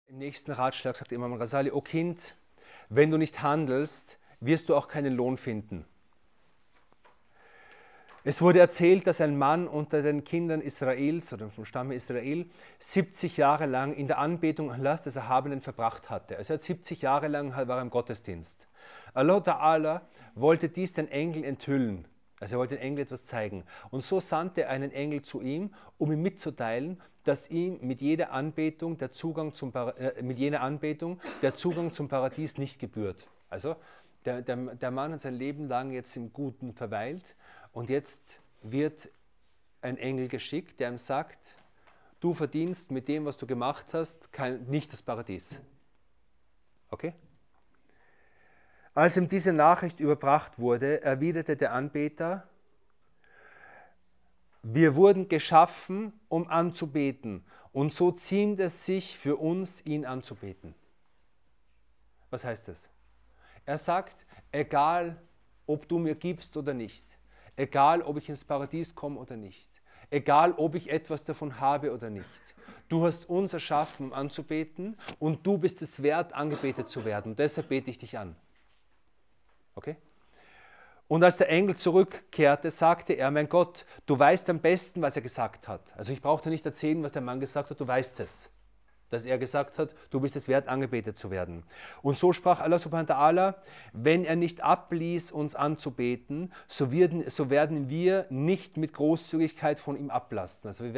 Im nächsten Ratschlag sagt Imam Ghazali: O Kind, wenn du nicht handelst, wirst du auch keinen Lohn finden. Es wurde erzählt, dass ein Mann unter den Kindern Israels oder vom Stamme Israel 70 Jahre lang in der Anbetung Allahs des Erhabenen verbracht hatte. Also er hat 70 Jahre lang war er im Gottesdienst. Allah Ta'ala wollte dies den Engeln enthüllen. Also er wollte den Engeln etwas zeigen. Und so sandte er einen Engel zu ihm, um ihm mitzuteilen, dass ihm mit jeder Anbetung der Zugang zum Paradies nicht gebührt. Also der Mann hat sein Leben lang jetzt im Guten verweilt und jetzt wird ein Engel geschickt, der ihm sagt, du verdienst mit dem, was du gemacht hast, nicht das Paradies. Okay? Als ihm diese Nachricht überbracht wurde, erwiderte der Anbeter: Wir wurden geschaffen, um anzubeten, und so ziemt es sich für uns, ihn anzubeten. Was heißt das? Er sagt, egal ob du mir gibst oder nicht, egal ob ich ins Paradies komme oder nicht, egal ob ich etwas davon habe oder nicht, du hast uns erschaffen, um anzubeten, und du bist es wert, angebetet zu werden. Und deshalb bete ich dich an. Okay? Und als der Engel zurückkehrte, sagte er: Mein Gott, du weißt am besten, was er gesagt hat. Also ich brauche dir nicht erzählen, was der Mann gesagt hat, du weißt es. Dass er gesagt hat, du bist es wert, angebetet zu werden. Und so sprach Allah subhanahu wa ta'ala: Wenn er nicht abließ, uns anzubeten, so werden wir nicht mit Großzügigkeit von ihm ablasten. Also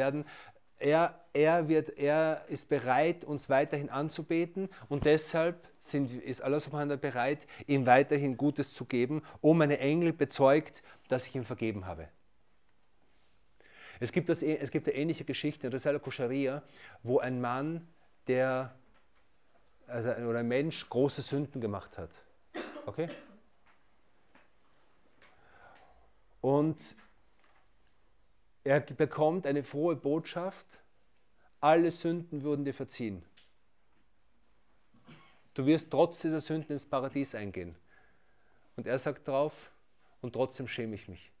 er ist bereit, uns weiterhin anzubeten, und deshalb ist Allah subhanahu wa ta'ala bereit, ihm weiterhin Gutes zu geben, meine Engel bezeugt, dass ich ihm vergeben habe. Es gibt eine ähnliche Geschichte in Risala Kusharia, wo ein Mann, oder ein Mensch große Sünden gemacht hat. Okay? Und er bekommt eine frohe Botschaft: Alle Sünden wurden dir verziehen. Du wirst trotz dieser Sünden ins Paradies eingehen. Und er sagt drauf: Und trotzdem schäme ich mich.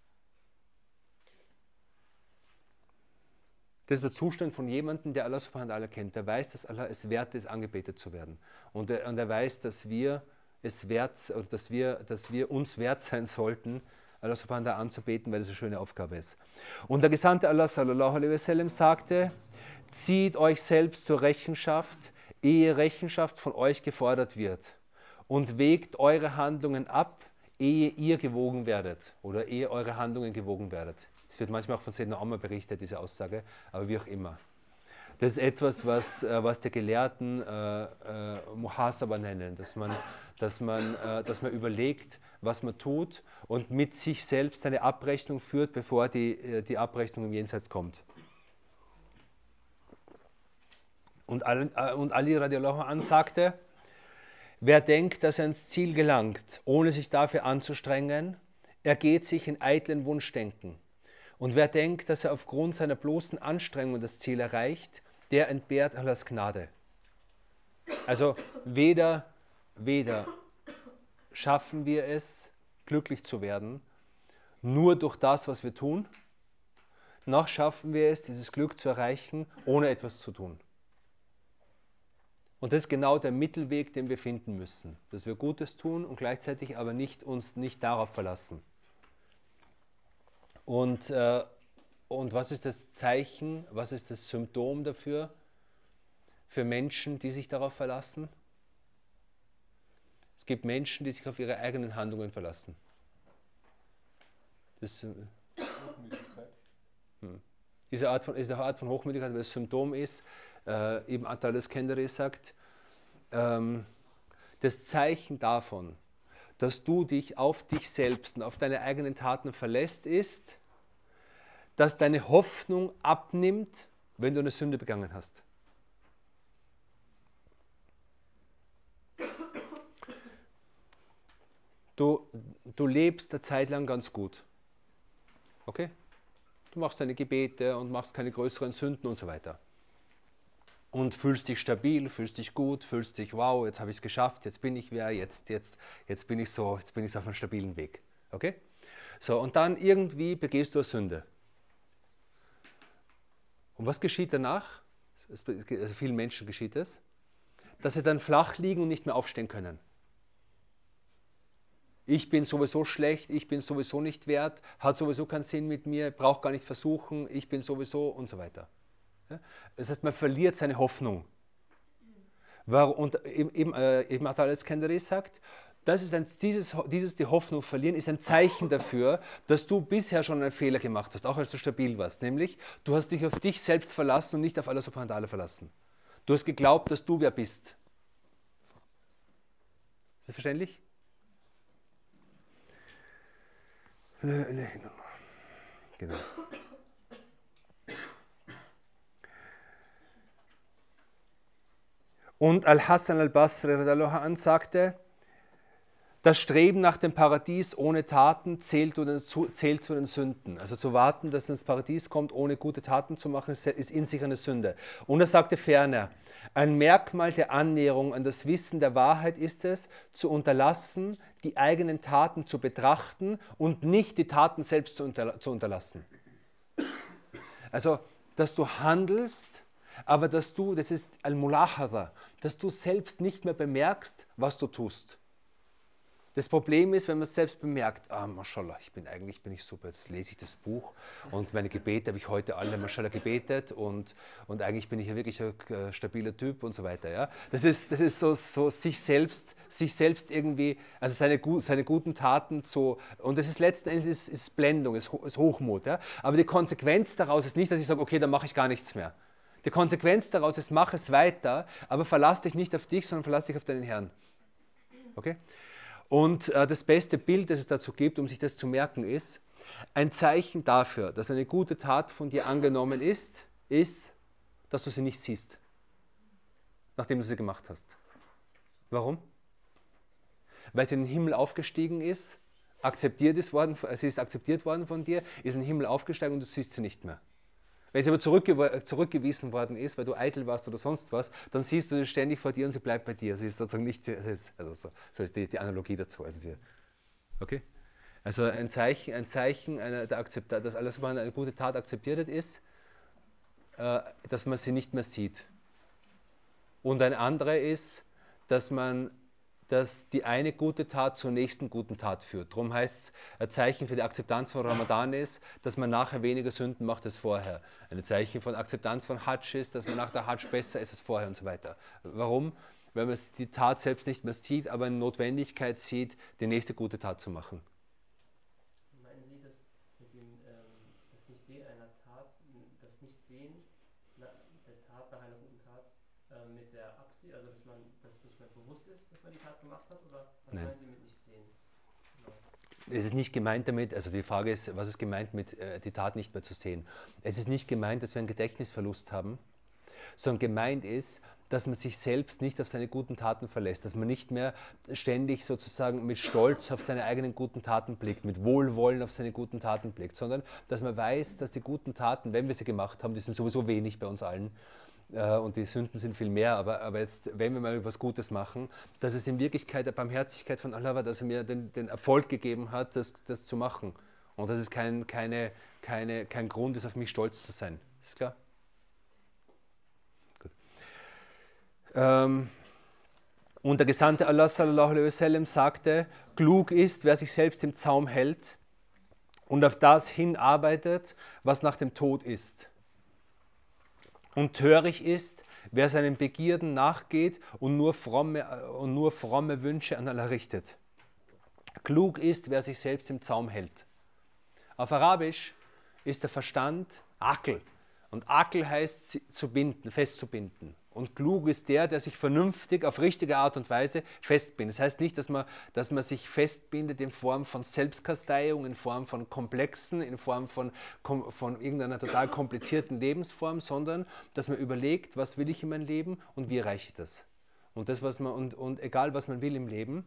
Das ist der Zustand von jemandem, der Allah subhanahu wa ta'ala kennt. Der weiß, dass Allah es wert ist, angebetet zu werden. Und er weiß, dass wir uns wert sein sollten, Allah subhanahu wa ta'ala anzubeten, weil das eine schöne Aufgabe ist. Und der Gesandte Allah sallallahu alaihi wasallam sagte: Zieht euch selbst zur Rechenschaft, ehe Rechenschaft von euch gefordert wird. Und wägt eure Handlungen ab, ehe ihr gewogen werdet. Oder ehe eure Handlungen gewogen werdet. Es wird manchmal auch von Sayyidina Umar berichtet, diese Aussage, aber wie auch immer. Das ist etwas, was die Gelehrten Muhasaba nennen, dass man überlegt, was man tut, und mit sich selbst eine Abrechnung führt, bevor die Abrechnung im Jenseits kommt. Und Ali radiallahu anh sagte: Wer denkt, dass er ans Ziel gelangt, ohne sich dafür anzustrengen, ergeht sich in eitlen Wunschdenken. Und wer denkt, dass er aufgrund seiner bloßen Anstrengung das Ziel erreicht, der entbehrt Allahs Gnade. Also weder schaffen wir es, glücklich zu werden, nur durch das, was wir tun, noch schaffen wir es, dieses Glück zu erreichen, ohne etwas zu tun. Und das ist genau der Mittelweg, den wir finden müssen. Dass wir Gutes tun und gleichzeitig aber uns nicht darauf verlassen. Und was ist das Zeichen, was ist das Symptom dafür, für Menschen, die sich darauf verlassen? Es gibt Menschen, die sich auf ihre eigenen Handlungen verlassen. Das ist eine Art von Hochmüdigkeit, weil das Symptom ist, eben Atal al-Iskandari sagt, das Zeichen davon, dass du dich auf dich selbst und auf deine eigenen Taten verlässt, ist, dass deine Hoffnung abnimmt, wenn du eine Sünde begangen hast. Du lebst eine Zeit lang ganz gut. Okay? Du machst deine Gebete und machst keine größeren Sünden und so weiter. Und fühlst dich stabil, fühlst dich gut, fühlst dich, wow, jetzt habe ich es geschafft, jetzt bin ich wer, jetzt bin ich auf einem stabilen Weg. Okay? So, und dann irgendwie begehst du eine Sünde. Und was geschieht danach? Vielen Menschen geschieht es. dass sie dann flach liegen und nicht mehr aufstehen können. Ich bin sowieso schlecht, ich bin sowieso nicht wert, hat sowieso keinen Sinn mit mir, braucht gar nicht versuchen, ich bin sowieso und so weiter. Ja? Das heißt, man verliert seine Hoffnung. Und eben Atales Kendere sagt, das ist die Hoffnung verlieren ist ein Zeichen dafür, dass du bisher schon einen Fehler gemacht hast, auch als du stabil warst. Nämlich, du hast dich auf dich selbst verlassen und nicht auf Allah subhanahu wa ta'ala verlassen. Du hast geglaubt, dass du wer bist. Ist das verständlich? Genau. Und Al-Hassan al-Basri sagte, das Streben nach dem Paradies ohne Taten zählt zu den Sünden. Also zu warten, dass ins Paradies kommt, ohne gute Taten zu machen, ist in sich eine Sünde. Und er sagte ferner, ein Merkmal der Annäherung an das Wissen der Wahrheit ist es, zu unterlassen, die eigenen Taten zu betrachten und nicht die Taten selbst zu unterlassen. Also, dass du handelst, aber das ist Al-Mulahadha, dass du selbst nicht mehr bemerkst, was du tust. Das Problem ist, wenn man es selbst bemerkt, Mashallah, eigentlich bin ich super, jetzt lese ich das Buch und meine Gebete habe ich heute alle Mashallah gebetet und eigentlich bin ich ja wirklich ein stabiler Typ und so weiter. Ja? Das ist so sich selbst irgendwie, also seine guten Taten und das ist letzten Endes ist Blendung, ist Hochmut. Ja? Aber die Konsequenz daraus ist nicht, dass ich sage, okay, dann mache ich gar nichts mehr. Die Konsequenz daraus ist, mach es weiter, aber verlass dich nicht auf dich, sondern verlass dich auf deinen Herrn. Okay? Und das beste Bild, das es dazu gibt, um sich das zu merken, ist, ein Zeichen dafür, dass eine gute Tat von dir angenommen ist, dass du sie nicht siehst, nachdem du sie gemacht hast. Warum? Weil sie in den Himmel aufgestiegen ist, sie ist akzeptiert worden von dir, ist in den Himmel aufgestiegen und du siehst sie nicht mehr. Wenn sie aber zurückgewiesen worden ist, weil du eitel warst oder sonst was, dann siehst du sie ständig vor dir und sie bleibt bei dir. Sie ist sozusagen nicht, so ist die Analogie dazu. Okay? Also ein Zeichen dass alles, was eine gute Tat akzeptiert ist, dass man sie nicht mehr sieht. Und ein anderer ist, dass die eine gute Tat zur nächsten guten Tat führt. Darum heißt es, ein Zeichen für die Akzeptanz von Ramadan ist, dass man nachher weniger Sünden macht als vorher. Ein Zeichen von Akzeptanz von Hajj ist, dass man nach der Hajj besser ist als vorher und so weiter. Warum? Weil man die Tat selbst nicht mehr sieht, aber eine Notwendigkeit sieht, die nächste gute Tat zu machen. Meinen Sie, dass mit dem das Nichtsehen einer Tat, das Nichtsehen der Tat nach einer guten Tat mit der Absicht, also dass man das nicht mehr bewusst ist, dass man die Tat gemacht hat, oder was Nein. meinen Sie mit Nichtsehen? Genau. Es ist nicht gemeint damit, also die Frage ist, was ist gemeint mit die Tat nicht mehr zu sehen? Es ist nicht gemeint, dass wir einen Gedächtnisverlust haben, sondern gemeint ist, dass man sich selbst nicht auf seine guten Taten verlässt, dass man nicht mehr ständig sozusagen mit Stolz auf seine eigenen guten Taten blickt, mit Wohlwollen auf seine guten Taten blickt, sondern dass man weiß, dass die guten Taten, wenn wir sie gemacht haben, die sind sowieso wenig bei uns allen, und die Sünden sind viel mehr, aber jetzt, wenn wir mal etwas Gutes machen, dass es in Wirklichkeit der Barmherzigkeit von Allah war, dass er mir den Erfolg gegeben hat, das zu machen. Und dass es kein Grund ist, auf mich stolz zu sein. Ist klar? Gut. Und der Gesandte Allah sallallahu alaihi wasallam sagte, klug ist, wer sich selbst im Zaum hält und auf das hinarbeitet, was nach dem Tod ist. Und töricht ist, wer seinen Begierden nachgeht und nur fromme Wünsche an Allah richtet. Klug ist, wer sich selbst im Zaum hält. Auf Arabisch ist der Verstand Aql. Und Aql heißt zu binden, festzubinden. Und klug ist der sich vernünftig auf richtige Art und Weise festbindet. Das heißt nicht, dass man sich festbindet in Form von Selbstkasteiung, in Form von Komplexen, in Form von irgendeiner total komplizierten Lebensform, sondern dass man überlegt, was will ich in meinem Leben und wie erreiche ich das. Und egal, was man will im Leben,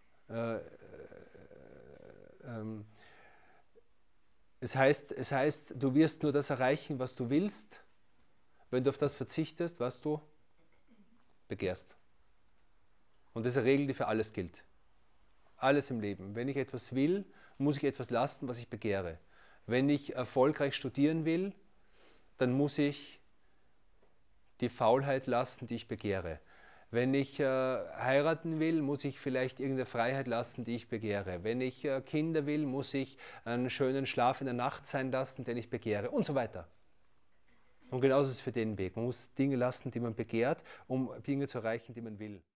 es heißt, du wirst nur das erreichen, was du willst, wenn du auf das verzichtest, was du begehrst. Und das ist eine Regel, die für alles gilt. Alles im Leben. Wenn ich etwas will, muss ich etwas lassen, was ich begehre. Wenn ich erfolgreich studieren will, dann muss ich die Faulheit lassen, die ich begehre. Wenn ich heiraten will, muss ich vielleicht irgendeine Freiheit lassen, die ich begehre. Wenn ich Kinder will, muss ich einen schönen Schlaf in der Nacht sein lassen, den ich begehre und so weiter. Und genauso ist es für den Weg. Man muss Dinge lassen, die man begehrt, um Dinge zu erreichen, die man will.